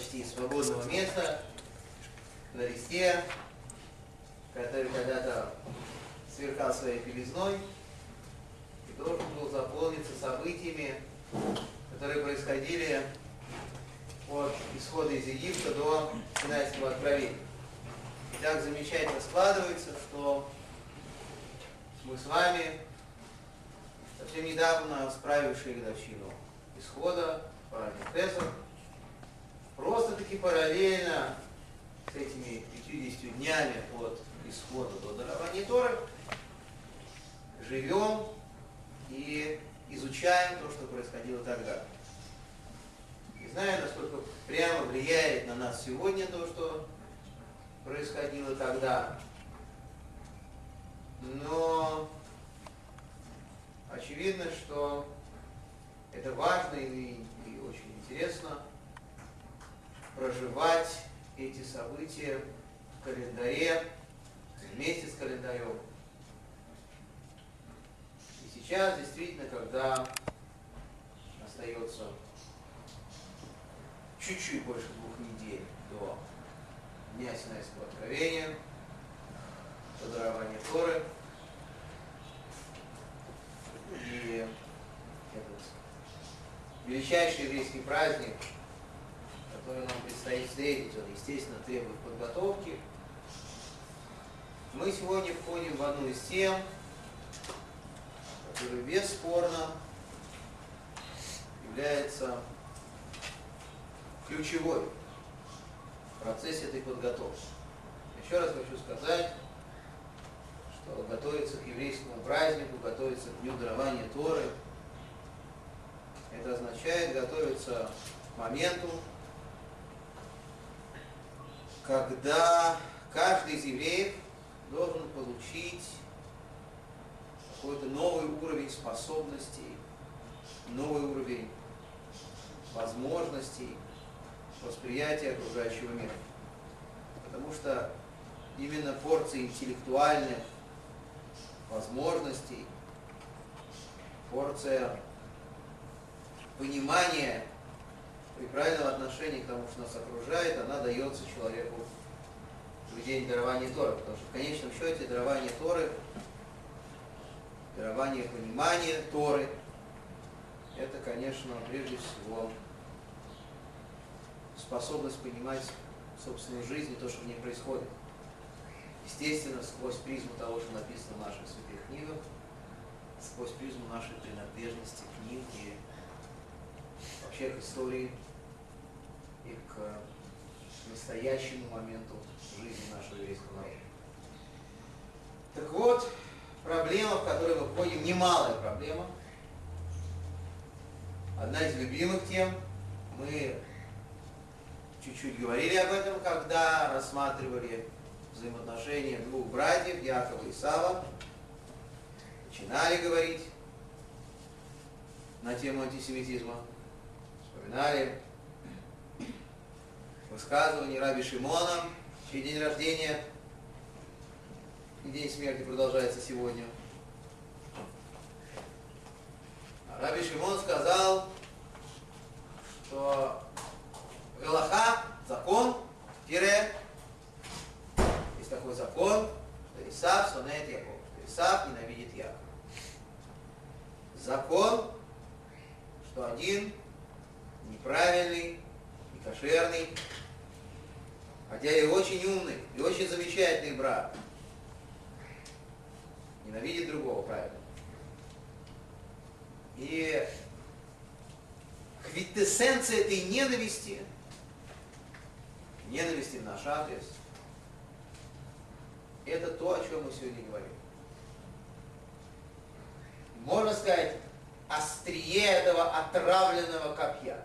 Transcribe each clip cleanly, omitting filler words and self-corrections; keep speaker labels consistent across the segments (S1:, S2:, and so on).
S1: почти свободного места на листе, который когда-то сверкал своей белизной и должен был заполниться событиями, которые происходили от исхода из Египта до Синайского откровения. И так замечательно складывается, что мы с вами, совсем недавно справившие годовщину исхода, праздник Песах, просто-таки параллельно с этими 50 днями от исхода до дарования Торы живем и изучаем то, что происходило тогда. Не знаю, насколько прямо влияет на нас сегодня то, что происходило тогда, но очевидно, что это важно и очень интересно проживать эти события в календаре, вместе с календарем. И сейчас, действительно, когда остается чуть-чуть больше 2 недель до Дня Синайского откровения, до дарования Торы, и этот величайший еврейский праздник, который нам предстоит встретить, он, естественно, требует подготовки. Мы сегодня входим в одну из тем, которая бесспорно является ключевой в процессе этой подготовки. Еще раз хочу сказать, что готовиться к еврейскому празднику, готовиться к Дню дарования Торы, это означает готовиться к моменту, когда каждый из евреев должен получить какой-то новый уровень способностей, новый уровень возможностей восприятия окружающего мира. Потому что именно порция интеллектуальных возможностей, порция понимания и правильного отношения к тому, что нас окружает, она дается человеку в день дарования Торы. Потому что в конечном счете дарование Торы, дарование понимания Торы, это, конечно, прежде всего способность понимать собственную жизнь и то, что в ней происходит. Естественно, сквозь призму того, что написано в наших святых книгах, сквозь призму нашей принадлежности к ним и вообще к истории и к настоящему моменту жизни нашего еврейского народа. Так вот, проблема, в которую мы входим, немалая проблема. Одна из любимых тем. Мы чуть-чуть говорили об этом, когда рассматривали взаимоотношения 2 братьев, Якова и Исава. Начинали говорить на тему антисемитизма. Вспоминали высказывание Раби Шимона, чей день рождения и день смерти продолжается сегодня. А Раби Шимон сказал, что галаха, закон, тире, есть такой закон, что Исав сонет Яков, что Исав ненавидит Якова. Закон, что один неправильный, некошерный, хотя и очень умный, и очень замечательный брат, ненавидит другого, правильно. И квинтэссенция этой ненависти в наш адрес, это то, о чем мы сегодня говорим. Можно сказать, острие этого отравленного копья,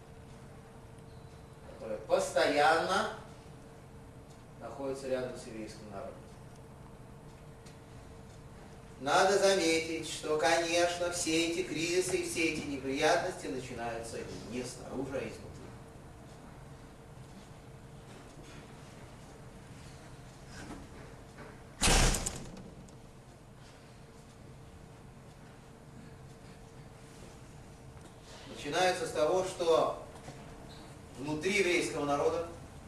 S1: которое постоянно находится рядом с еврейским народом. Надо заметить, что, конечно, все эти кризисы и все эти неприятности начинаются не снаружи, а изнутри. Начинаются с того, что внутри еврейского народа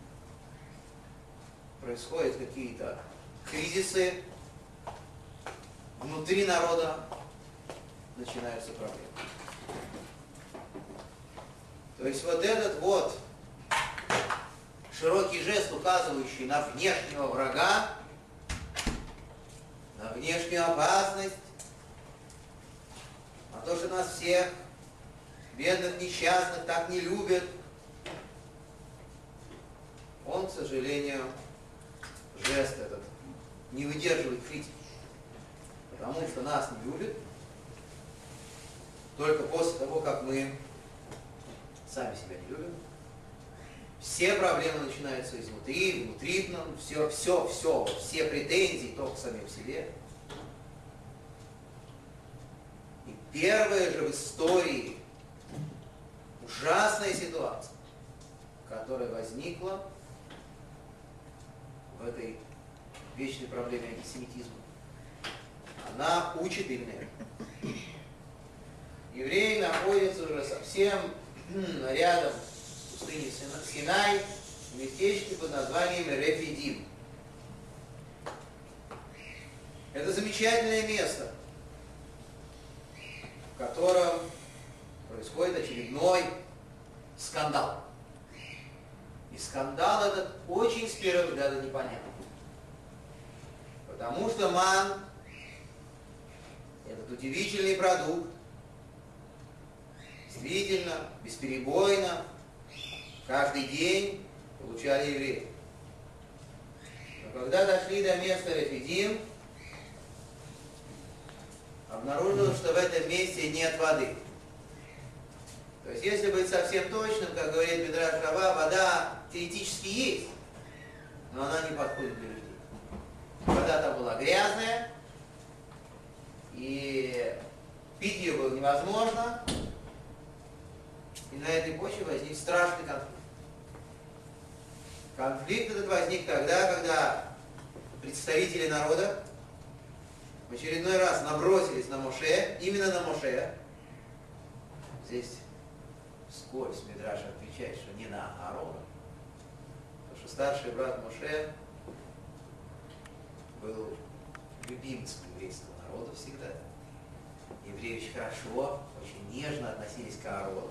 S1: происходят какие-то кризисы, внутри народа начинаются проблемы. То есть вот этот вот широкий жест, указывающий на внешнего врага, на внешнюю опасность, на то, что нас всех, бедных, несчастных, так не любят, он, к сожалению, жест этот не выдерживает критики. Потому что нас не любят только после того, как мы сами себя не любим. Все проблемы начинаются изнутри, внутри, все претензии только к самим себе. И первая же в истории ужасная ситуация, которая возникла в этой вечной проблеме антисемитизма, она учит именно это. Евреи находятся уже совсем рядом с пустыней Синай, в местечке под названием Рефидим. Это замечательное место, в котором происходит очередной скандал. И скандал этот очень с первого взгляда непонятен. Потому что ман, этот удивительный продукт, действительно, бесперебойно, каждый день получали евреи. Но когда дошли до места Рефидим, обнаружилось, что в этом месте нет воды. То есть, если быть совсем точным, как говорит Мидраш Раба, вода теоретически есть, но она не подходит для людей. Вода там была грязная, и пить ее было невозможно, и на этой почве возник страшный конфликт. Конфликт этот возник тогда, когда представители народа в очередной раз набросились на Моше, именно на Моше. Здесь вскользь Мидраш отвечает, что не на Аарона. Потому что старший брат Моше был любимцем еврейского народа всегда. Евреи очень хорошо, очень нежно относились к Аарону.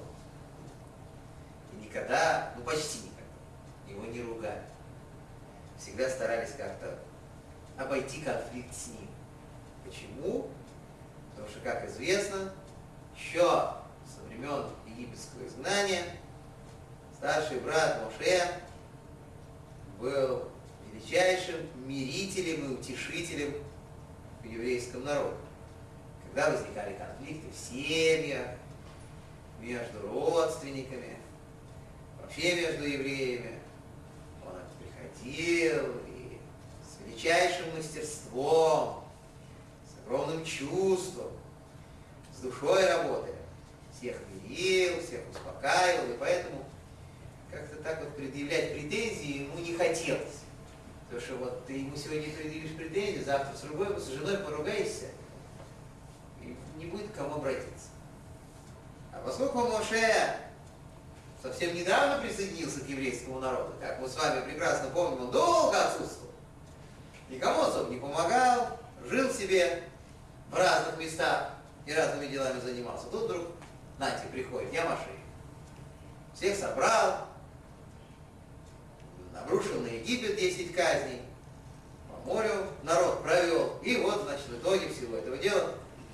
S1: И никогда, почти никогда, его не ругали. Всегда старались как-то обойти конфликт с ним. Почему? Потому что, как известно, еще со времен египетского изгнания старший брат Моше был величайшим мирителем и утешителем в еврейском народе. Когда возникали конфликты в семьях, между родственниками, вообще между евреями, он приходил и с величайшим мастерством, с огромным чувством, с душой работая, всех мирил, всех успокаивал, и поэтому как-то так вот предъявлять претензии ему не хотелось. Потому что вот ты ему сегодня предъявишь претензии, завтра с женой поругаешься, и не будет к кому обратиться. А поскольку Моше совсем недавно присоединился к еврейскому народу, как мы с вами прекрасно помним, он долго отсутствовал, никому особо не помогал, жил себе в разных местах и разными делами занимался. Тут вдруг, знаете, приходит, я Моше, всех собрал, обрушил на Египет 10 казней, по морю народ провел, и вот, значит, в итоге всего этого дела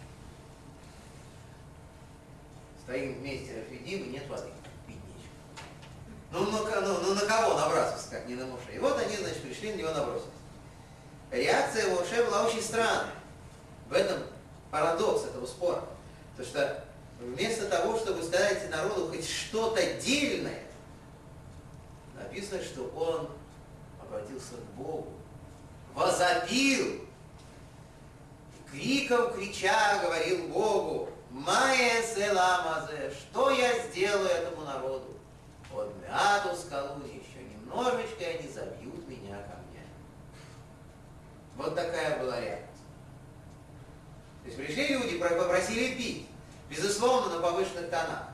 S1: стоим вместе Рефидим, и нет воды, пить нечего. Ну на кого набрасываться, как не на Моше? И вот они, значит, пришли, на него набросились. Реакция Моше была очень странная. В этом парадокс этого спора. Потому что вместо того, чтобы сказать народу хоть что-то дельное, написано, что он обратился к Богу, возопил, криком крича говорил Богу: «Майя селамазе, что я сделаю этому народу? От мяту скалу, еще немножечко, и они забьют меня камнями». Вот такая была реакция. То есть пришли люди, попросили пить, безусловно, на повышенных тонах.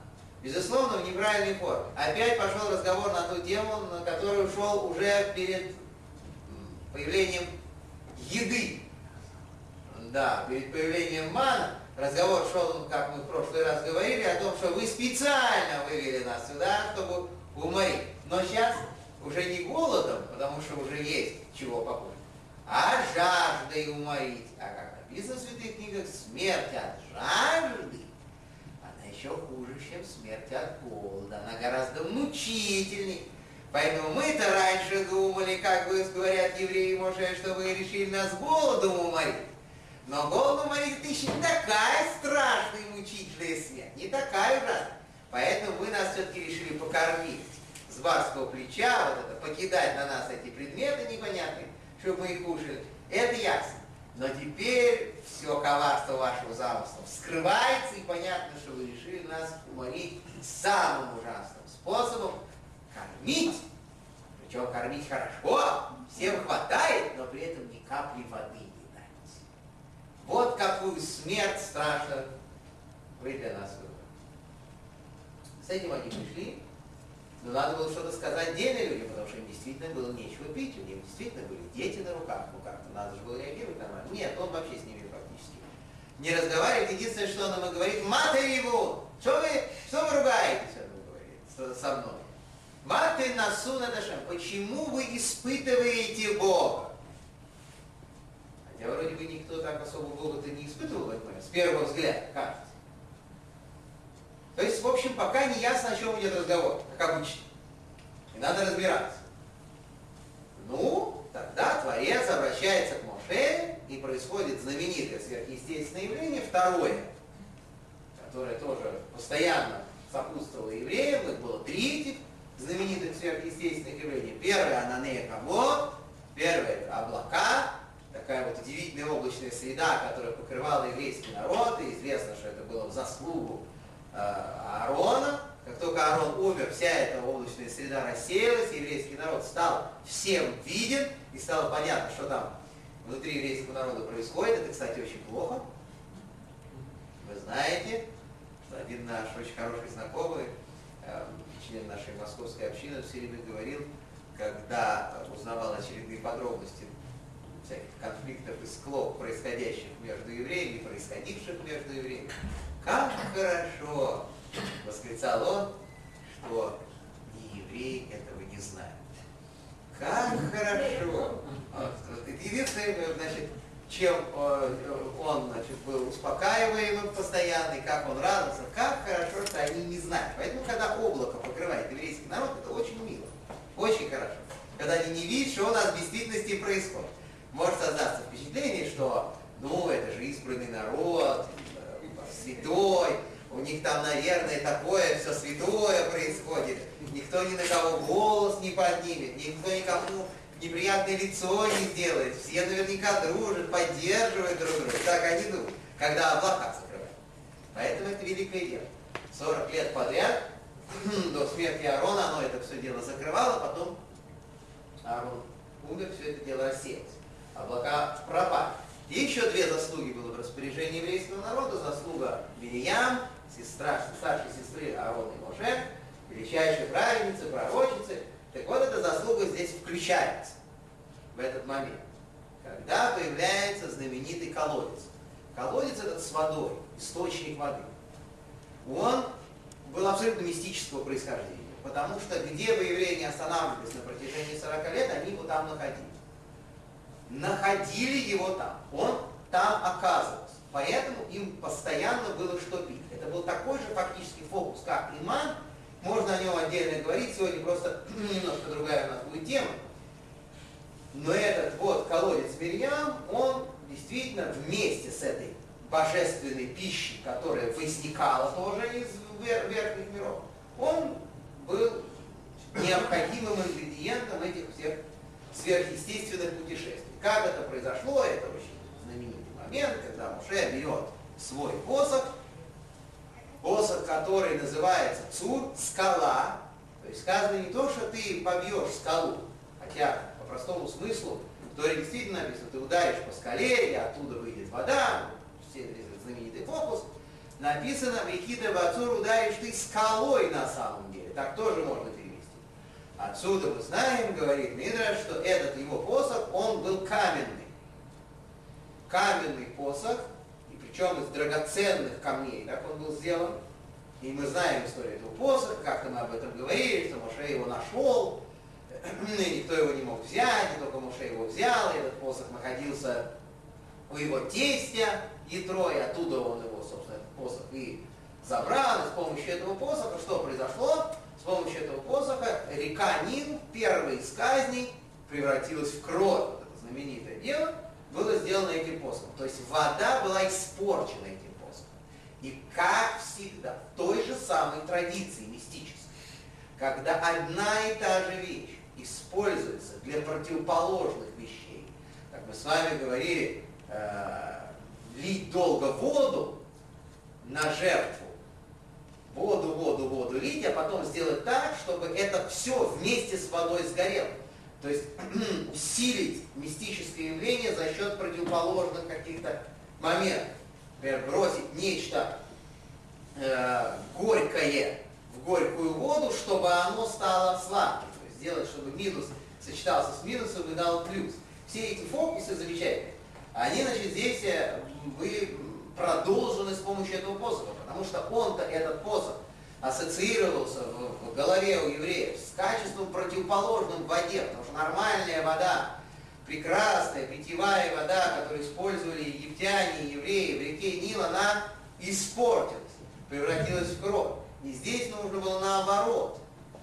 S1: Безусловно, в неправильной форме. Опять пошел разговор на ту тему, на которую шел уже перед появлением еды. Да, перед появлением мана разговор шел, как мы в прошлый раз говорили, о том, что вы специально вывели нас сюда, чтобы уморить. Но сейчас уже не голодом, потому что уже есть чего покушать, а жаждой уморить. А как написано в святых книгах, смерть от жажды, она еще хуже, чем смерть от голода. Она гораздо мучительней. Поэтому мы-то раньше думали, как говорят евреи, Моше, что вы решили нас голодом уморить. Но голодом уморить это еще не такая страшная и мучительная смерть, не такая ужасная. Поэтому вы нас все-таки решили покормить с барского плеча, вот это, покидать на нас эти предметы непонятные, чтобы мы их кушали. Это ясно. Но теперь все коварство вашего замысла вскрывается, и понятно, что вы решили нас уморить самым ужасным способом кормить. Причем кормить хорошо, всем хватает, но при этом ни капли воды не дать. Вот какую смерть страшную вы для нас выбрали. С этим они пришли, но надо было что-то сказать отдельным людям, потому что им действительно было нечего пить, у них действительно были дети на руках, ну как-то надо же было реагировать нормально. Нет, он вообще с ними практически не разговаривает. Единственное, что он ему говорит: «Матерь его! Что вы ругаетесь?» Он говорит со мной. «Матерь насу на дашем». Почему вы испытываете Бога? Хотя вроде бы никто так особо Бога-то не испытывал, с первого взгляда, кажется. То есть, в общем, пока не ясно, о чем идет разговор, как обычно. И надо разбираться. Ну, тогда Творец обращается к Моше, и происходит знаменитое сверхъестественное явление, второе, которое тоже постоянно сопутствовало евреям. Их было 3 этих знаменитых сверхъестественных явлений. Первое — ананея кавод, первое — это облака, такая вот удивительная облачная среда, которая покрывала еврейский народ, и известно, что это было в заслугу Аарона. Как только Аарон умер, вся эта облачная среда рассеялась, еврейский народ стал всем виден, и стало понятно, что там внутри еврейского народа происходит. Это, кстати, очень плохо. Вы знаете, что один наш очень хороший знакомый, член нашей московской общины, все время говорил, когда узнавал очередные подробности всяких конфликтов и склок, происходящих между евреями, происходивших между евреями: «Как хорошо!» — восклицал он, что ни евреи этого не знают. Как хорошо! Вот. Единственное, значит, чем он, значит, был успокаиваемым постоянно, и как он радовался, как хорошо, что они не знают. Поэтому, когда облако покрывает еврейский народ, это очень мило, очень хорошо. Когда они не видят, что у нас в действительности происходит. Может создаться впечатление, что, ну, это же избранный народ, святой, у них там, наверное, такое все святое происходит, никто ни на кого голос не поднимет, никто никому неприятное лицо не сделает, все наверняка дружат, поддерживают друг друга. Так они думают, когда облака закрывают. Поэтому это великое дело. 40 лет подряд, до смерти Аарона, оно это все дело закрывало, потом Аарон умер, все это дело рассеялось. Облака пропали. И еще 2 заслуги было в распоряжении еврейского народа. Заслуга Мирьям, старшей сестры Аарона и Моше, величайшей праведницы, пророчицы. Так вот, эта заслуга здесь включается в этот момент, когда появляется знаменитый колодец. Колодец этот с водой, источник воды. Он был абсолютно мистического происхождения, потому что где бы евреи не останавливались на протяжении 40 лет, они его там находили. Находили его там, он там оказывался. Поэтому им постоянно было что пить. Это был такой же фактически фокус, как иман. Можно о нем отдельно говорить, сегодня просто немножко другая у нас будет тема. Но этот вот колодец Мирьям, он действительно вместе с этой божественной пищей, которая возникала тоже из верхних миров, он был необходимым ингредиентом этих всех сверхъестественных путешествий. Как это произошло, это очень знаменитый момент, когда Моше берет свой посох, который называется Цур, скала. То есть сказано не то, что ты побьешь скалу, хотя по простому смыслу, в Торе действительно написано, ты ударишь по скале, и оттуда выйдет вода, все этот знаменитый фокус. написано «Векида бацур, ударишь ты скалой» на самом деле. Так тоже можно перевести. Отсюда мы знаем, говорит Мидраш, что этот его посох, он был каменный. Каменный посох, и причем из драгоценных камней, так он был сделан. И мы знаем историю этого посоха, как-то мы об этом говорили, что Моше его нашел, и никто его не мог взять, и только Моше его взял, и этот посох находился у его тестя Ятро, и оттуда он его, собственно, этот посох и забрал, и с помощью этого посоха что произошло? С помощью этого посоха река Нил, первая из казней, превратилась в кровь. Вот это знаменитое дело было сделано этим посохом. То есть вода была испорчена этим посохом. И как всегда, в той же самой традиции мистической, когда одна и та же вещь используется для противоположных вещей, как мы с вами говорили, лить долго воду на жертву, воду лить, а потом сделать так, чтобы это все вместе с водой сгорело. То есть усилить мистическое явление за счет противоположных каких-то моментов. Например, бросить нечто горькое в горькую воду, чтобы оно стало сладким. То есть сделать, чтобы минус сочетался с минусом и дал плюс. Все эти фокусы замечательные. Они, значит, здесь были продолжены с помощью этого посоха, потому что он-то, этот посох, ассоциировался в голове у евреев с качеством противоположным воде, потому что нормальная вода, прекрасная питьевая вода, которую использовали египтяне и евреи в реке Нил, она испортилась, превратилась в кровь. И здесь нужно было наоборот,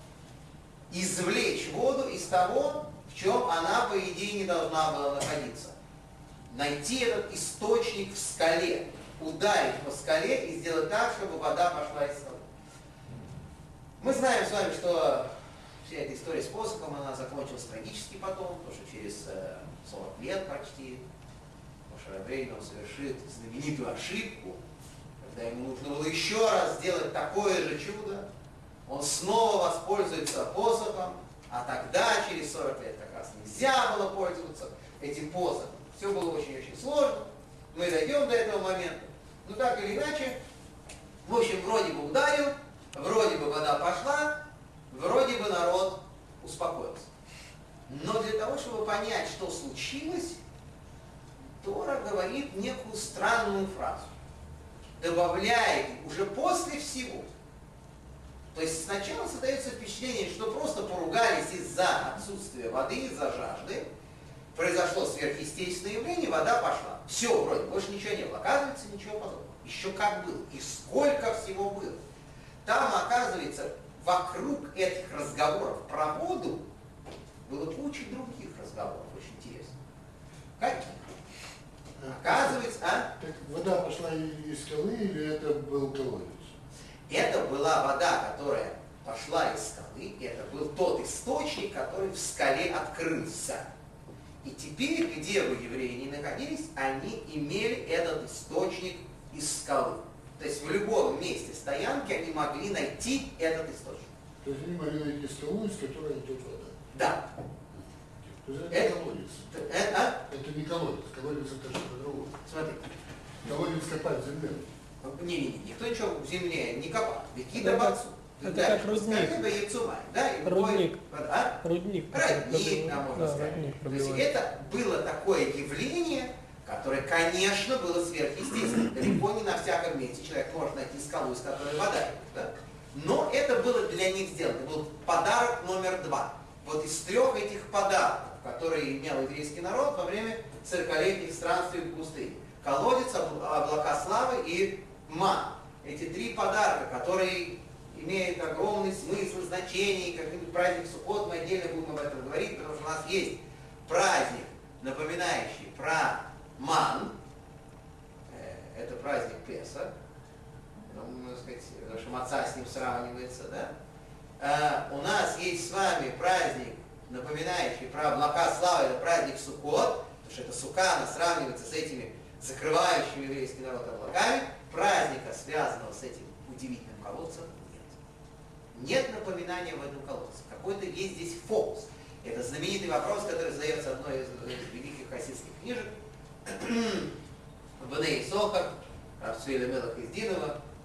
S1: извлечь воду из того, в чем она, по идее, не должна была находиться. Найти этот источник в скале, ударить по скале и сделать так, чтобы вода пошла из скалы. Мы знаем с вами, что вся эта история с посохом, она закончилась трагически потом, потому что через 40 лет почти Моше Рабейну совершит знаменитую ошибку, когда ему нужно было еще раз сделать такое же чудо, он снова воспользуется посохом, а тогда, через 40 лет, как раз нельзя было пользоваться этим посохом. Все было очень-очень сложно, мы дойдем до этого момента. Но так или иначе, в общем, вроде бы ударил, вроде бы вода пошла, вроде бы народ успокоился. Но для того, чтобы понять, что случилось, Тора говорит некую странную фразу. Добавляет уже после всего. То есть сначала создается впечатление, что просто поругались из-за отсутствия воды, из-за жажды. Произошло сверхъестественное явление, вода пошла. Все, вроде, больше ничего не было. Оказывается, ничего подобного. Еще как было. И сколько всего было. Там, оказывается, вокруг этих разговоров про воду было куча других разговоров, очень интересно. Каких? Оказывается,
S2: Так вода пошла из скалы или это был колодец?
S1: Это была вода, которая пошла из скалы, и это был тот источник, который в скале открылся. И теперь, где бы евреи ни находились, они имели этот источник из скалы. То есть в любом месте стоянки они могли найти этот источник.
S2: То есть они могли найти скалу, из которой идет вода?
S1: Да.
S2: То есть это колодец?
S1: Это
S2: не колодец, колодец это что-то другое.
S1: Смотри.
S2: Колодец копать в земле.
S1: Не, никто ничего в земле не копал. Викида бацу.
S3: Это как рудник.
S1: Да,
S3: Рудник.
S1: Родник, да, можно сказать. То есть это было такое явление, которое, конечно, было сверхъестественным. Далеко не на всяком месте человек может найти скалу, из которой вода идет. Да? Но это было для них сделано. Это был подарок номер 2. Вот из 3 этих подарков, которые имел еврейский народ во время 40-летних странствий в пустыне. Колодец, облака славы и ман. Эти 3 подарка, которые имеют огромный смысл, значение, как-нибудь праздник Суккот, мы отдельно будем об этом говорить, потому что у нас есть праздник, напоминающий про ман, это праздник Песах, можно сказать, потому что маца с ним сравнивается, да? У нас есть с вами праздник, напоминающий про облака славы, это праздник Суккот, потому что это сука, она сравнивается с этими закрывающими еврейский народ облаками. Праздника, связанного с этим удивительным колодцем, нет. Нет напоминания в этом колодце. Какой-то есть здесь фокус. Это знаменитый вопрос, который задается одной из великих хасидских книжек. Бней Сохар, Рав Цви Элимелех из Динова,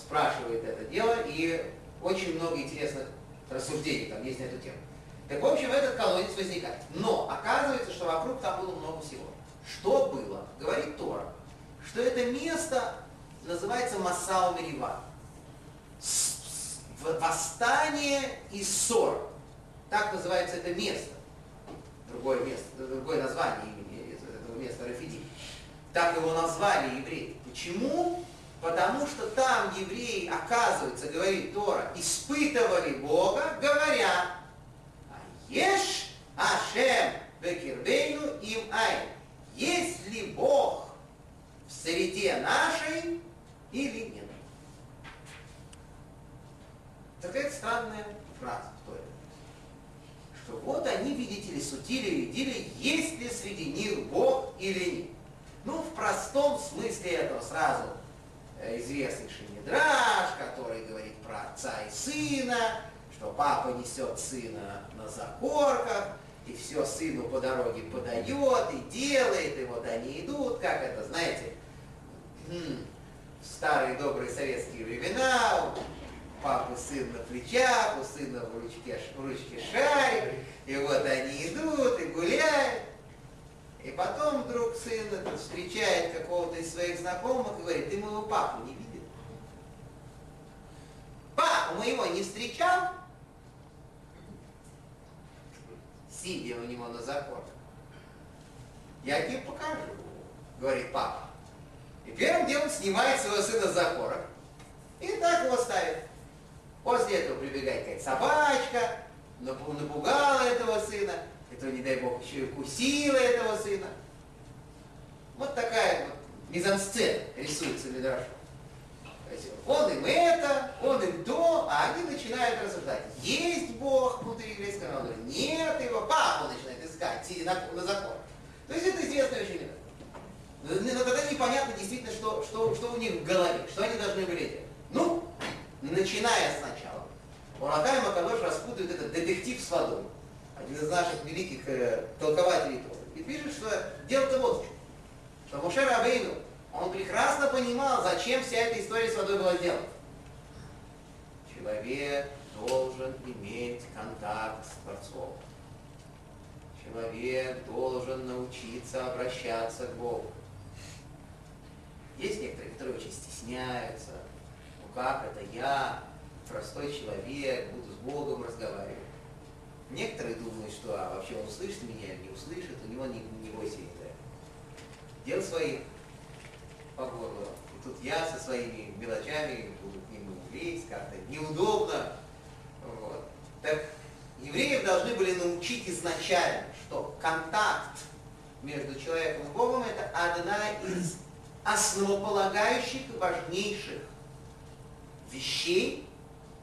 S1: спрашивает это дело, и очень много интересных рассуждений там есть на эту тему. Так, в общем, этот колодец возникает. Но оказывается, что вокруг там было много всего. Что было? Говорит Тора, что это место называется Масау Мерива. Восстание и ссора. Так называется это место. Другое место, другое название имени этого места Рафидим. Так его назвали евреи. Почему? Потому что там евреи, оказывается, говорит Тора, испытывали Бога, говоря: «Еш Ашем бекирбейну им айн». Есть ли Бог в среде нашей или нет? Такая странная фраза в Торе. Что вот они, видите ли, судили и видели, есть ли среди них Бог или нет. Ну, в простом смысле этого сразу известнейший мидраш, который говорит про отца и сына, что папа несет сына на закорках, и все сыну по дороге подает и делает, и вот они идут, как это, знаете, в старые добрые советские времена, у папы сын на плечах, у сына в ручке шарик, и вот они идут и гуляют. И потом вдруг сын этот встречает какого-то из своих знакомых и говорит: ты моего папу не видел? Папу моего не встречал? Сидя у него на закорках. Я тебе покажу, говорит папа. И первым делом снимает своего сына с закорок и так его ставит. После этого прибегает какая-то собачка, напугала этого сына, и то, не дай бог, еще и укусила этого сына. Вот такая вот мизансцена рисуется мидрашом. Он им это, он им то, а они начинают рассуждать. Есть Бог внутри еврейского народа? Нет его. Папу начинает искать, сидя на закорке. То есть это известный очень метод. Но тогда непонятно действительно, что у них в голове, что они должны были делать. Ну, начиная сначала, Урахай Макадош распутывает этот детектив с водой. Один из наших великих толкователей Торы. И пишет, что дело-то вот в чем. Что Моше Рабейну, он прекрасно понимал, зачем вся эта история с водой была сделана. Человек должен иметь контакт с Творцом. Человек должен научиться обращаться к Богу. Есть некоторые, которые очень стесняются. Ну как это я, простой человек, буду с Богом разговаривать. Некоторые думают, что вообще он услышит меня или не услышит, у него не бойся не так. Дел своих по горло. И тут я со своими мелочами буду к нему лезть, как-то неудобно. Вот. Так евреев должны были научить изначально, что контакт между человеком и Богом — это одна из основополагающих и важнейших вещей,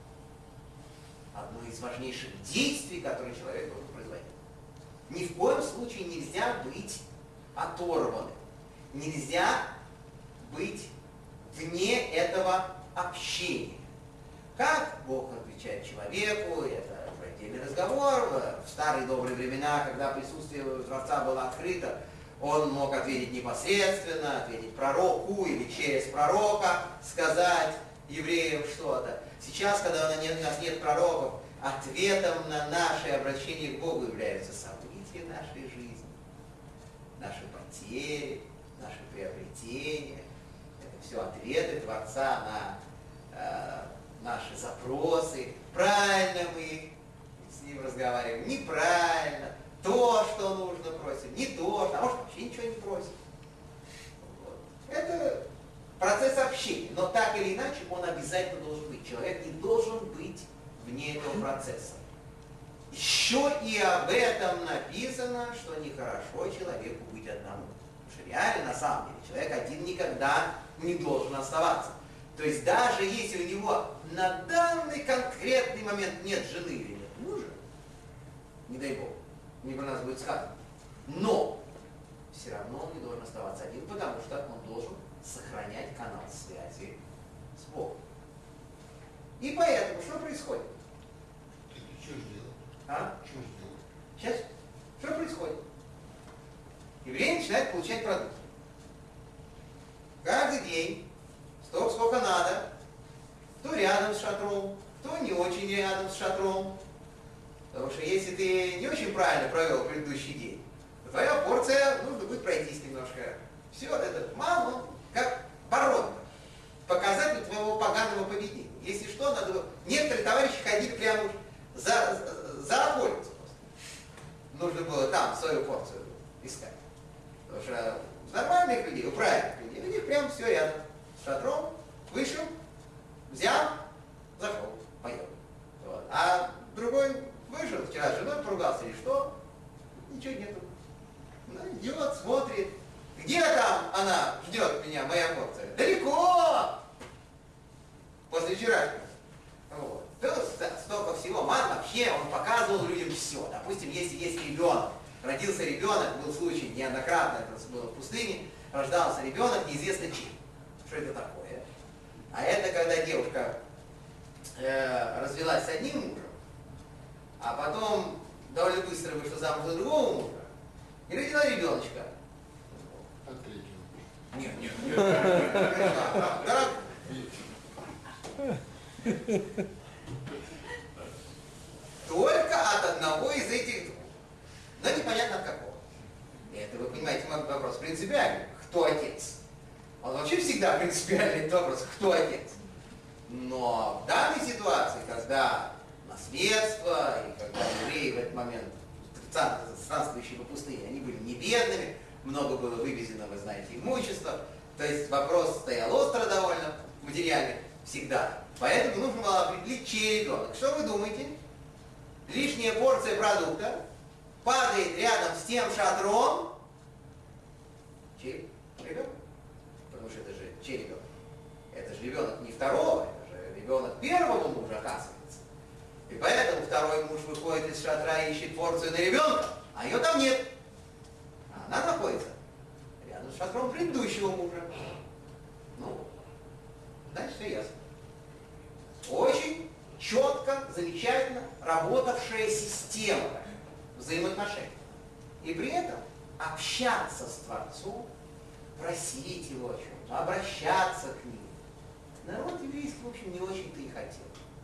S1: одно из важнейших действий, которые человек должен производить. Ни в коем случае нельзя быть оторванным. Нельзя быть вне этого общения. Как Бог отвечает человеку, это отдельный разговор. В старые добрые времена, когда присутствие Творца было открыто, он мог ответить непосредственно, ответить пророку или через пророка, сказать евреям что-то. Сейчас, когда у нас нет пророков, ответом на наше обращение к Богу являются события нашей жизни, наши потери, наши приобретения. Это все ответы Творца на наши запросы. Правильно мы с Ним разговариваем, неправильно. То, что нужно, просим, не то, а может вообще ничего не просим. Вот. Это процесс общения, но так или иначе он обязательно должен быть. Человек не должен быть вне этого процесса. Еще и об этом написано, что нехорошо человеку быть одному. Потому что реально, на самом деле, человек один никогда не должен оставаться. То есть даже если у него на данный конкретный момент нет жены или нет мужа, не дай Бог, не про нас будет сказано, но все равно он не должен оставаться один, потому что он должен сохранять канал связи с Богом. И поэтому что происходит?
S2: Что же делать?
S1: А?
S2: Что же делать?
S1: Сейчас. Что происходит? Евреи начинают получать продукты. Каждый день, столько, сколько надо, рядом с шатром, кто не очень рядом с шатром. Потому что если ты не очень правильно провел предыдущий день, то твоя порция, нужно будет пройтись немножко. Все вот это мало, как барон. Показатель твоего поганого поведения. Если что, надо... Некоторые товарищи ходили прямо уж за окольницу просто. Нужно было там свою порцию искать. Потому что у нормальных людей, у правильных людей, у них прям все рядом. С шатром, вышел, взял, зашел, поел. Вот. А другой вышел, вчера с женой поругался, и что? Ничего нету. Ну, идет, смотрит. Где там она ждет меня, моя порция? Далеко! После вчерашнего. Вот. Да, столько всего. Ман вообще, он показывал людям все. Допустим, если есть ребенок, родился ребенок, был случай неоднократно, это было в пустыне, рождался ребенок, неизвестно чем. Что это такое? А это когда девушка развелась с одним мужем, а потом довольно быстро вышла замуж за другого мужа и родила ребеночка.
S2: От третьего.
S1: Нет. Только от одного из этих двух. Но непонятно от какого. Это, вы понимаете, мой вопрос принципиальный. Кто отец? Он вообще всегда принципиальный этот вопрос. Кто отец? Но в данной ситуации, когда наследство, и когда евреи в этот момент, странствующие по пустыне, они были не бедными, много было вывезено, вы знаете, имущества, то есть вопрос стоял остро довольно, материальный, всегда. Поэтому нужно было определить, чей ребенок. Что вы думаете? Лишняя порция продукта падает рядом с тем шатром. Чей ребенок? Потому что это же чей ребенок? Это же ребенок не второго, это же ребенок первого мужа, оказывается. И поэтому второй муж выходит из шатра и ищет порцию на ребенка, а ее там нет. А она находится рядом с шатром предыдущего мужа. Ну, значит, все ясно. Очень четко, замечательно работавшая система взаимоотношений. И при этом общаться с Творцом, просить его о чем-то, обращаться к нему. Народ еврейский, в общем, не очень-то и хотел.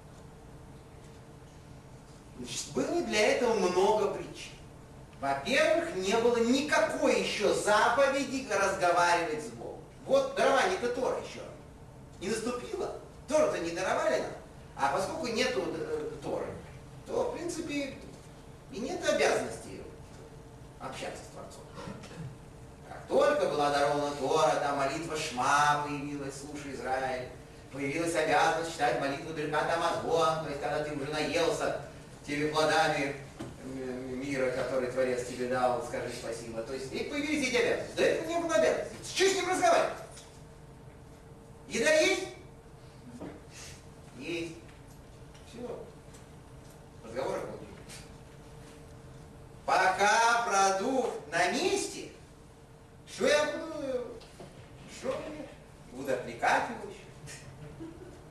S1: Значит, было для этого много причин. Во-первых, не было никакой еще заповеди разговаривать с Богом. Вот дарование-то Тора еще не наступило. Тору-то не даровали нам. А поскольку нету Торы, то, в принципе, и нет обязанности общаться с Творцом. Как только была дарована Тора, там молитва Шма появилась, слушай, Израиль, появилась обязанность читать молитву Беркат Амазон, то есть когда ты уже наелся теми плодами мира, который Творец тебе дал, скажи спасибо. То есть и появились эти обязанности. До этого не было обязанностей. Что с ним разговаривать? Еда есть? Есть. Все. Разговоры будут. Пока продукт на месте, что я буду? Что мне? Буду отвлекать его еще.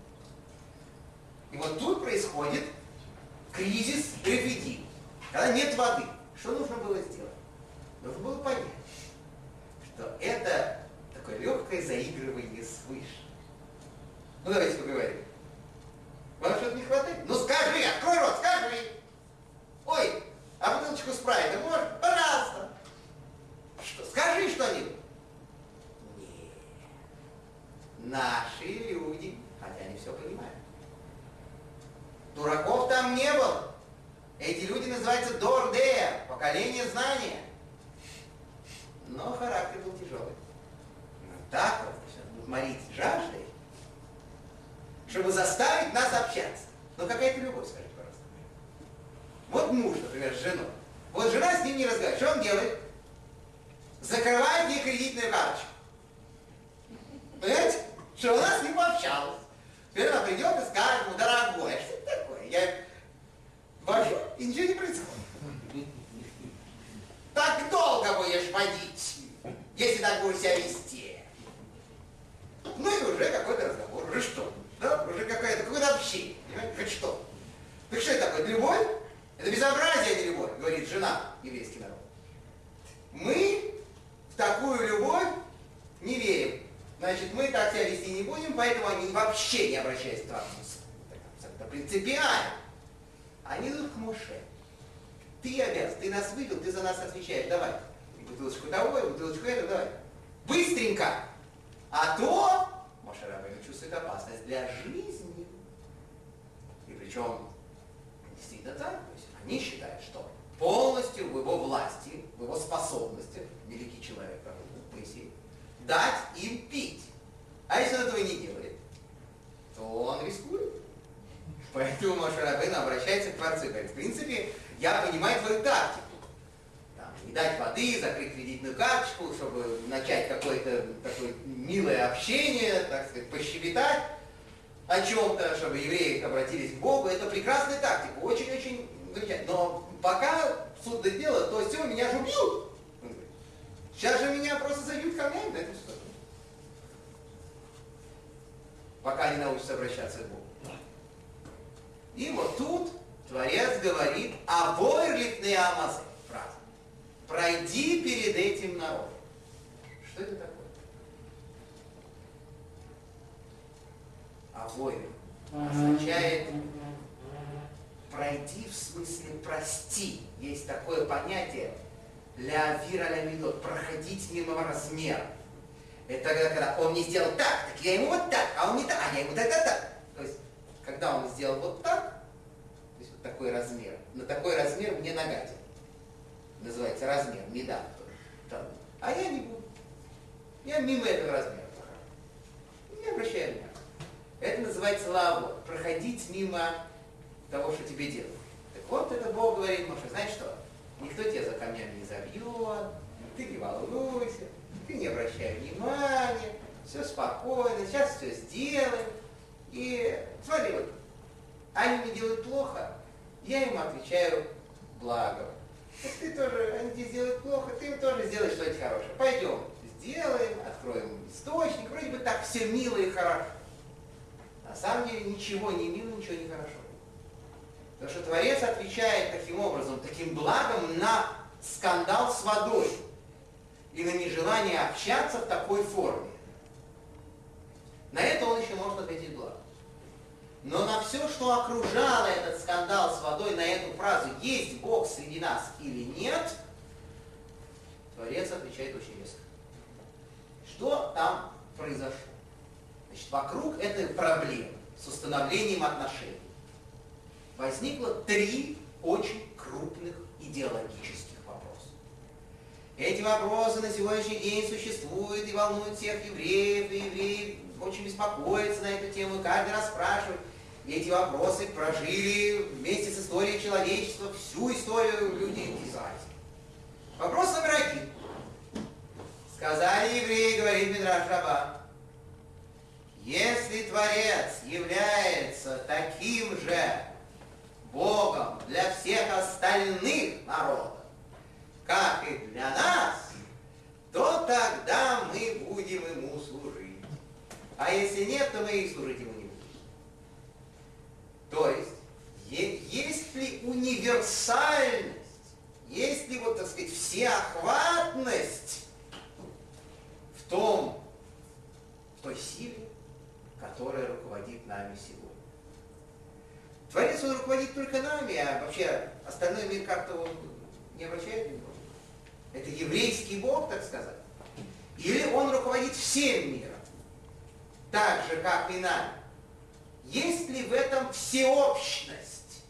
S1: И вот тут происходит кризис Рефидим. Когда нет воды, что нужно было сделать? Нужно было понять, что это такое легкое заигрывание свыше. Ну давайте поговорим. Вам что-то не хватает? Ну скажи, открой рот, скажи. Ой, а бутылочку спрайта можно? Пожалуйста. Что, скажи что-нибудь. Нет. Наши люди, хотя они все понимают. Дураков там не было. Эти люди называются Дордея, поколение знания. Но характер был тяжелый. Так вот, морить жаждой, чтобы заставить нас общаться. Ну какая это любовь, скажите, пожалуйста. Вот муж, например, с женой. Вот жена с ним не разговаривает. Что он делает? Закрывает ей кредитную карточку. Понимаете? Что она с ним пообщалась. Теперь она придет и скажет ему, дорогой, что это такое? Я вожу, и ничего не происходит. Так долго будешь водить, если так будешь себя вести. Ну и уже какой-то разговор, уже что? Да? Уже какое-то общение, понимаете, хоть что. Так что это такое, любовь? Это безобразие, а не любовь, говорит жена, еврейский народ. Мы в такую любовь не верим. Значит, мы так себя вести не будем, поэтому они вообще не обращаются к Творцу.
S3: это принципиально. Они идут к Моше. Ты обязан, ты нас вывел, ты за нас отвечаешь, давай. И бутылочку того, и бутылочку этого, давай. Быстренько! А то Моше Рабейну чувствует опасность для жизни. И причем действительно так. То есть они считают, что полностью в его власти, в его способности, великий человек, как Моисей, дать им пить. А если он этого не делает, то он рискует. Поэтому Моше Рабейну обращается к Творцу и говорит, в принципе, я понимаю твою тактику. Там, не дать воды, закрыть кредитную карточку, чтобы начать какое-то такое милое общение, так сказать, пощебетать о чем-то, чтобы евреи обратились к Богу. Это прекрасная тактика, очень-очень замечательно. Но пока суд до дела, то все, меня же убьют. Сейчас же меня просто забьют камнями, да, это что? Пока не научатся обращаться к Богу. И вот тут Творец говорит «Авойр лифней амазе» фраза. «Пройди перед этим народом». Что это такое? Авойр означает пройди в смысле прости. Есть такое понятие ля вира ля мидот, проходить мимо размера. Это когда он не сделал так я ему вот так, а он не так, а я ему так. То есть, когда он сделал вот так, то есть вот такой размер, на такой размер мне нагадил. Называется размер, меда. А я не буду. Я мимо этого размера прохожу. Не обращаю внимания. Это называется лаву. Проходить мимо того, что тебе делают. Так вот, это Бог говорит, Моше, знаешь что? Никто тебя за камнями не забьет, ты не волнуйся, ты не обращай внимания, все спокойно, сейчас все сделаем. И смотри, вот, они мне делают плохо, я им отвечаю благом. Так ты тоже, они тебе сделают плохо, ты им тоже сделаешь что-нибудь хорошее. Пойдем, сделаем, откроем источник, вроде бы так все мило и хорошо. На самом деле ничего не мило, ничего не хорошо. Потому что Творец отвечает таким образом, таким благом на скандал с водой и на нежелание общаться в такой форме. На это он еще может ответить благо. Но на все, что окружало этот скандал с водой, на эту фразу «Есть Бог среди нас или нет?», Творец отвечает очень резко. Что там произошло? Значит, вокруг этой проблемы с установлением отношений возникло 3 очень крупных идеологических вопроса. Эти вопросы на сегодняшний день существуют и волнуют всех евреев, и евреи очень беспокоятся на эту тему, и каждый раз спрашивают. И эти вопросы прожили вместе с историей человечества всю историю людей Израиля. Вопрос номер 1. Сказали евреи, говорит Мидраш Раба, если Творец является таким же Богом для всех остальных народов, как и для нас, то тогда мы будем ему служить. А если нет, то мы и служить ему не будем. То есть, есть ли универсальность, есть ли, вот, так сказать, всеохватность в той силе, которая руководит нами сегодня. Творец, он руководит только нами, а вообще остальной мир как-то он не обращает внимания. Это еврейский Бог, так сказать. Или он руководит всем миром, так же, как и нами. Есть ли в этом всеобщность?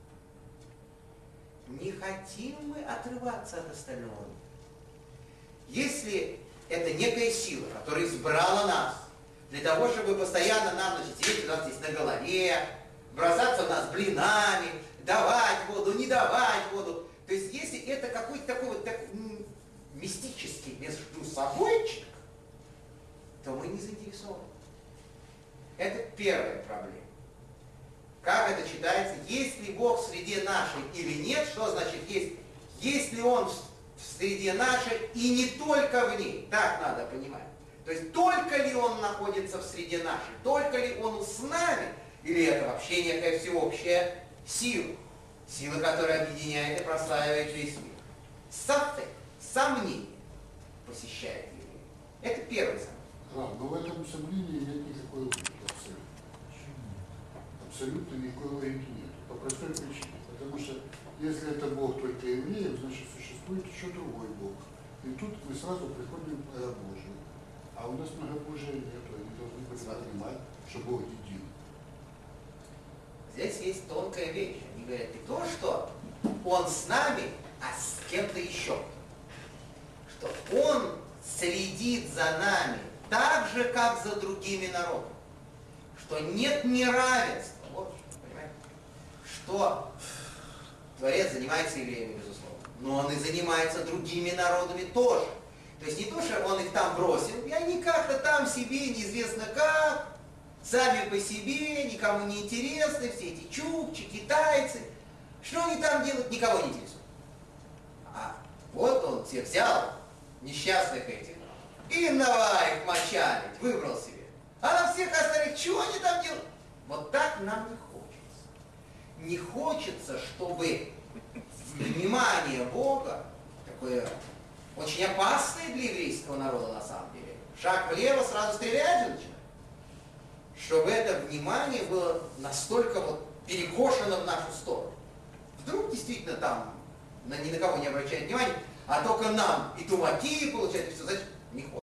S3: Не хотим мы отрываться от остального мира. Если это некая сила, которая избрала нас для того, чтобы постоянно нам, значит, сидеть у нас здесь на голове, бросаться в нас блинами, давать воду, не давать воду. То есть, если это какой-то такой вот мистический между собойчик, то мы не заинтересованы. Это первая проблема. Как это читается? Есть ли Бог в среде нашей или нет? Что значит есть? Есть ли Он в среде нашей и не только в ней? Так надо понимать. То есть только ли Он находится в среде нашей? Только ли Он с нами? Или это вообще некая всеобщая сила? Сила, которая объединяет и прославляет весь мир. Сафек, сомнение посещает евреев. Это первый сомнение.
S2: Но в этом сомнении нет никакой логики абсолютно. абсолютно никакой логики нет. По простой причине. Потому что если это Бог только евреев, значит существует еще другой Бог. И тут мы сразу приходим к многобожию. А у нас многобожия нет. Они должны быть понимать, что Бог един.
S3: Здесь есть тонкая вещь. Они говорят не то, что Он с нами, а с кем-то еще. Что Он следит за нами так же, как за другими народами. Что нет неравенства. Вот, понимаете? Что Творец занимается евреями, безусловно, но Он и занимается другими народами тоже. То есть не то, что Он их там бросил, и они как-то там себе, неизвестно как, сами по себе, никому не интересны, все эти чукчи, китайцы. Что они там делают, никого не интересует. А вот Он всех взял, несчастных этих, и давай их мочалить, выбрал себе. А на всех остальных, что они там делают? Вот так нам не хочется. Не хочется, чтобы внимание Бога, такое очень опасное для еврейского народа на самом деле, шаг влево, сразу стрелять же начинает. Чтобы это внимание было настолько вот перекошено в нашу сторону. Вдруг действительно там ни на кого не обращает внимания, а только нам и тумаки получают, и все, значит, не хочется.